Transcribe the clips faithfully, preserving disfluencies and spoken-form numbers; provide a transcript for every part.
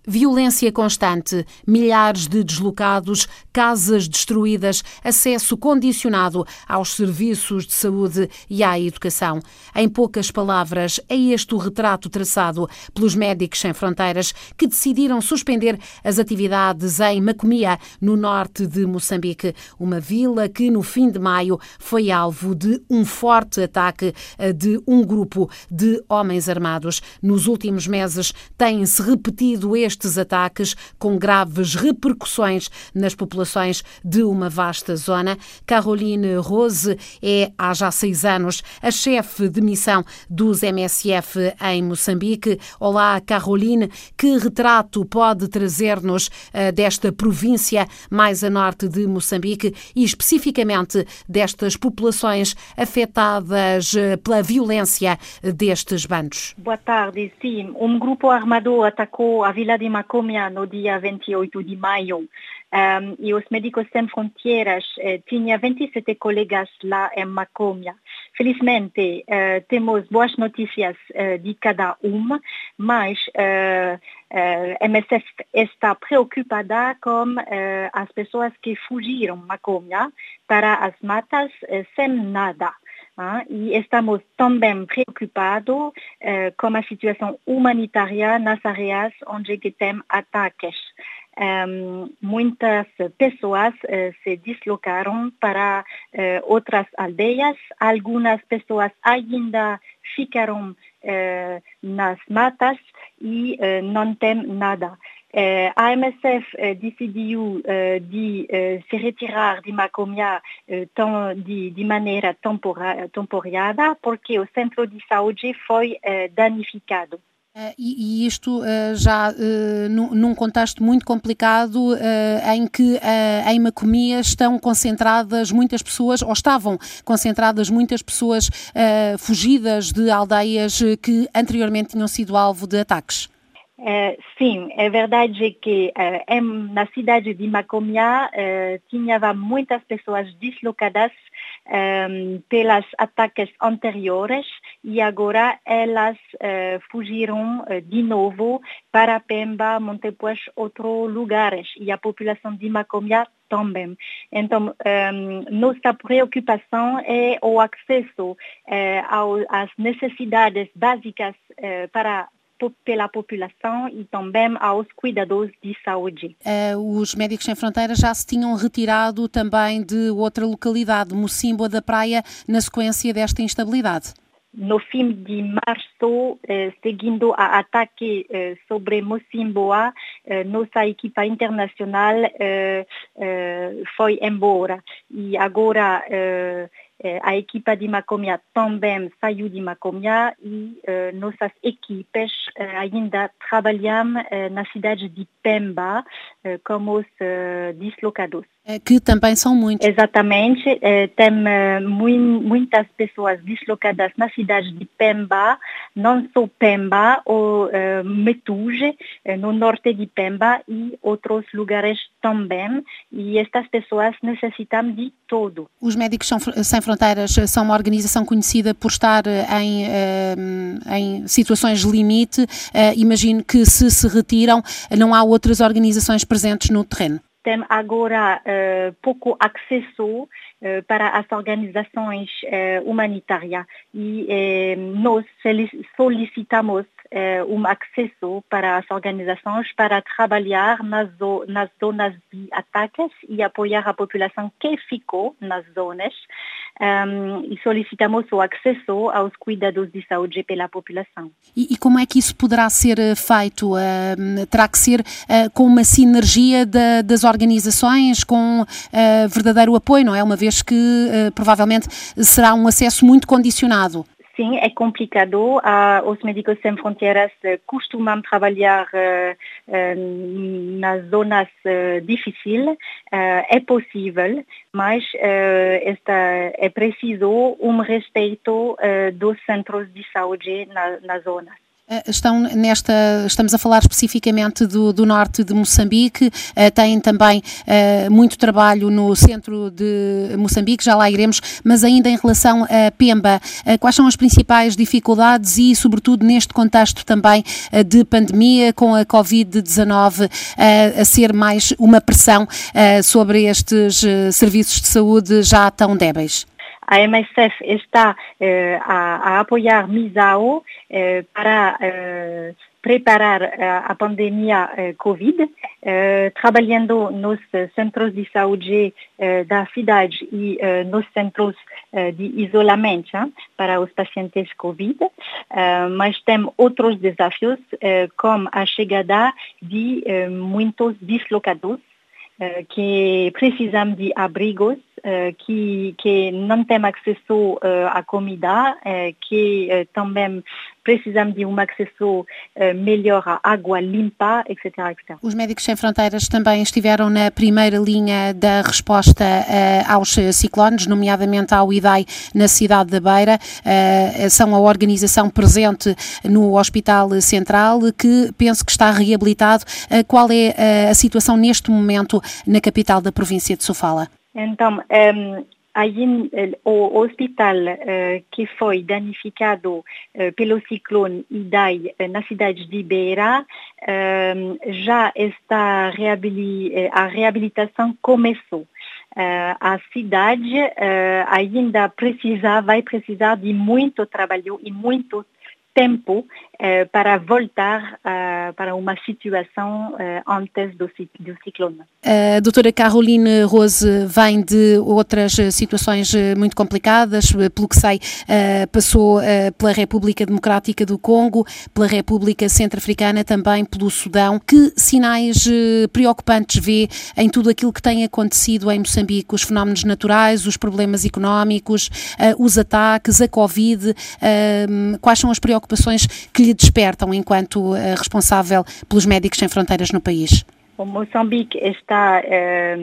Violência constante, milhares de deslocados, casas destruídas, acesso condicionado aos serviços de saúde e à educação. Em poucas palavras, é este o retrato traçado pelos Médicos Sem Fronteiras, que decidiram suspender as atividades em Macomia, no norte de Moçambique, uma vila que no fim de maio foi alvo de um forte ataque de um grupo de homens armados. Nos últimos meses têm-se repetido este estes ataques com graves repercussões nas populações de uma vasta zona. Caroline Rose é, há já seis anos, a chefe de missão dos M S F em Moçambique. Olá, Caroline, que retrato pode trazer-nos uh, desta província mais a norte de Moçambique e especificamente destas populações afetadas uh, pela violência destes bandos? Boa tarde, sim. Um grupo armado atacou a vila de Macomia no dia vinte e oito de maio um, e os Médicos Sem Fronteiras eh, tinham vinte e sete colegas lá em Macomia. Felizmente, eh, temos boas notícias eh, de cada um, mas a eh, M S F está preocupada com eh, as pessoas que fugiram de Macomia para as matas eh, sem nada. Ah, e estamos também preocupados eh, com a situação humanitária nas áreas onde tem ataques. Um, muitas pessoas eh, se deslocaram para eh, outras aldeias, algumas pessoas ainda ficaram eh, nas matas e eh, não tem nada. Uh, a M S F uh, decidiu uh, de uh, se retirar de Macomia uh, tão, de, de maneira tempora, temporária porque o centro de saúde foi uh, danificado. Uh, e, e isto uh, já uh, num, num contexto muito complicado uh, em que uh, em Macomia estão concentradas muitas pessoas, ou estavam concentradas muitas pessoas uh, fugidas de aldeias que anteriormente tinham sido alvo de ataques. Uh, sim, é verdade que uh, em, na cidade de Macomia uh, tinha muitas pessoas deslocadas um, pelos ataques anteriores e agora elas uh, fugiram uh, de novo para Pemba, Montepuez, outros lugares e a população de Macomia também. Então, um, nossa preocupação é o acesso uh, ao, às necessidades básicas uh, para pela população e também aos cuidadores de saúde. Uh, os Médicos Sem Fronteiras já se tinham retirado também de outra localidade, Mocímboa da Praia, na sequência desta instabilidade. No fim de março, eh, seguindo a ataque eh, sobre Mocímboa, eh, nossa equipa internacional eh, eh, foi embora. E agora eh, a equipa de Macomia também saiu de Macomia e uh, nossas equipes uh, ainda trabalham uh, na cidade de Pemba uh, como os uh, deslocados. Que também são muitos. Exatamente. Uh, tem uh, mu- muitas pessoas deslocadas na cidade de Pemba, não só Pemba, ou uh, Metuge, uh, no norte de Pemba e outros lugares também. E estas pessoas necessitam de tudo. Os Médicos Sem Fronteiras são uma organização conhecida por estar em, em situações limite. Imagino que se se retiram, não há outras organizações presentes no terreno. Tem agora uh, pouco acesso uh, para as organizações uh, humanitárias e uh, nós solicitamos uh, um acesso para as organizações para trabalhar nas, zo- nas zonas de ataques e apoiar a população que ficou nas zonas. Um, e solicitamos o acesso aos cuidados de saúde pela população. E, e como é que isso poderá ser feito? Uh, terá que ser uh, com uma sinergia da, das organizações, com uh, verdadeiro apoio, não é? Uma vez que uh, provavelmente será um acesso muito condicionado. Sim, é complicado. Uh, os Médicos Sem Fronteiras uh, costumam trabalhar uh, uh, nas zonas uh, difíceis. Uh, é possível, mas uh, esta, é preciso um respeito uh, dos centros de saúde na, nas zonas. Estão nesta, estamos a falar especificamente do, do norte de Moçambique, uh, têm também uh, muito trabalho no centro de Moçambique, já lá iremos, mas ainda em relação a Pemba, uh, quais são as principais dificuldades e, sobretudo, neste contexto também uh, de pandemia, com a covid dezanove uh, a ser mais uma pressão uh, sobre estes uh, serviços de saúde já tão débeis? A M S F está eh, a, a apoiar MISAO eh, para eh, preparar a, a pandemia eh, Covid, eh, trabalhando nos centros de saúde eh, da cidade e eh, nos centros eh, de isolamento hein, para os pacientes Covid, eh, mas tem outros desafios, eh, como a chegada de eh, muitos deslocados eh, que precisam de abrigos, Uh, que, que não tem acesso uh, à comida, uh, que uh, também precisam de um acesso uh, melhor à água limpa, etc, etcétera. Os Médicos Sem Fronteiras também estiveram na primeira linha da resposta uh, aos ciclones, nomeadamente ao Idai na cidade da Beira. Uh, são a organização presente no Hospital Central, que penso que está reabilitado. Uh, qual é uh, a situação neste momento na capital da província de Sofala? Então, um, aí o hospital uh, que foi danificado uh, pelo ciclone Idai uh, na cidade de Beira um, já está reabili- a reabilitação começou. Uh, a cidade uh, ainda precisa, vai precisar de muito trabalho e muito tempo eh, para voltar uh, para uma situação uh, antes do, do ciclone. A doutora Caroline Rose vem de outras situações muito complicadas, pelo que sei, uh, passou uh, pela República Democrática do Congo, pela República Centro-Africana, também pelo Sudão. Que sinais uh, preocupantes vê em tudo aquilo que tem acontecido em Moçambique? Os fenómenos naturais, os problemas económicos, uh, os ataques, a Covid, uh, quais são as preocupações que lhe despertam enquanto uh, responsável pelos Médicos Sem Fronteiras no país? O Moçambique está eh,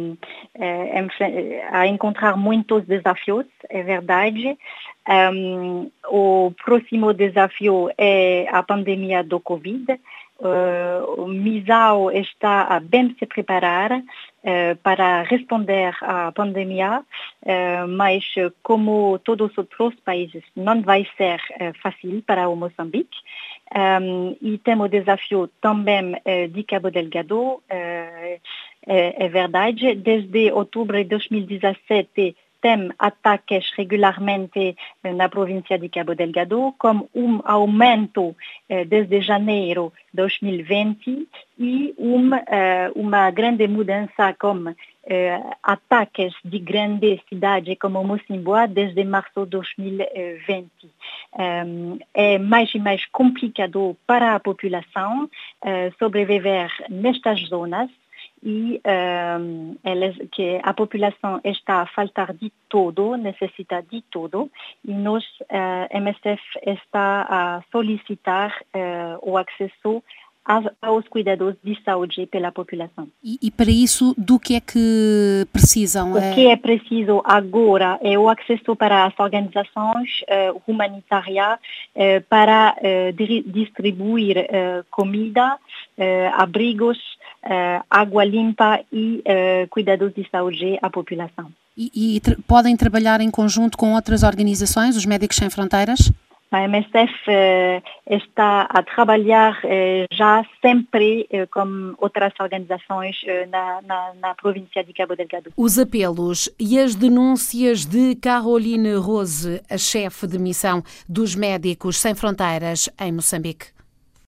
eh, a encontrar muitos desafios, é verdade. Um, o próximo desafio é a pandemia do Covid. Uh, o MISAO está a bem se preparar uh, para responder à pandemia, uh, mas como todos os outros países, não vai ser uh, fácil para o Moçambique. Um, e temos o desafio também uh, de Cabo Delgado, uh, é, é verdade. Desde outubro de dois mil e dezassete, tem ataques regularmente na província de Cabo Delgado, com um aumento eh, desde janeiro de dois mil e vinte e uma, eh, uma grande mudança com eh, ataques de grandes cidades como Mocimboa desde março de dois mil e vinte. Um, é mais e mais complicado para a população eh, sobreviver nestas zonas. E um, elas, que a população está a faltar de tudo, necessita de tudo, e nós, a uh, M S F, está a solicitar uh, o acesso aos cuidados de saúde pela população. E, e para isso, do que é que precisam? O que é preciso agora é o acesso para as organizações uh, humanitárias uh, para uh, di- distribuir uh, comida, uh, abrigos, uh, água limpa e uh, cuidados de saúde à população. E, e tra- podem trabalhar em conjunto com outras organizações, os Médicos Sem Fronteiras? A M S F eh, está a trabalhar eh, já sempre eh, com outras organizações eh, na, na, na província de Cabo Delgado. Os apelos e as denúncias de Caroline Rose, a chefe de missão dos Médicos Sem Fronteiras em Moçambique.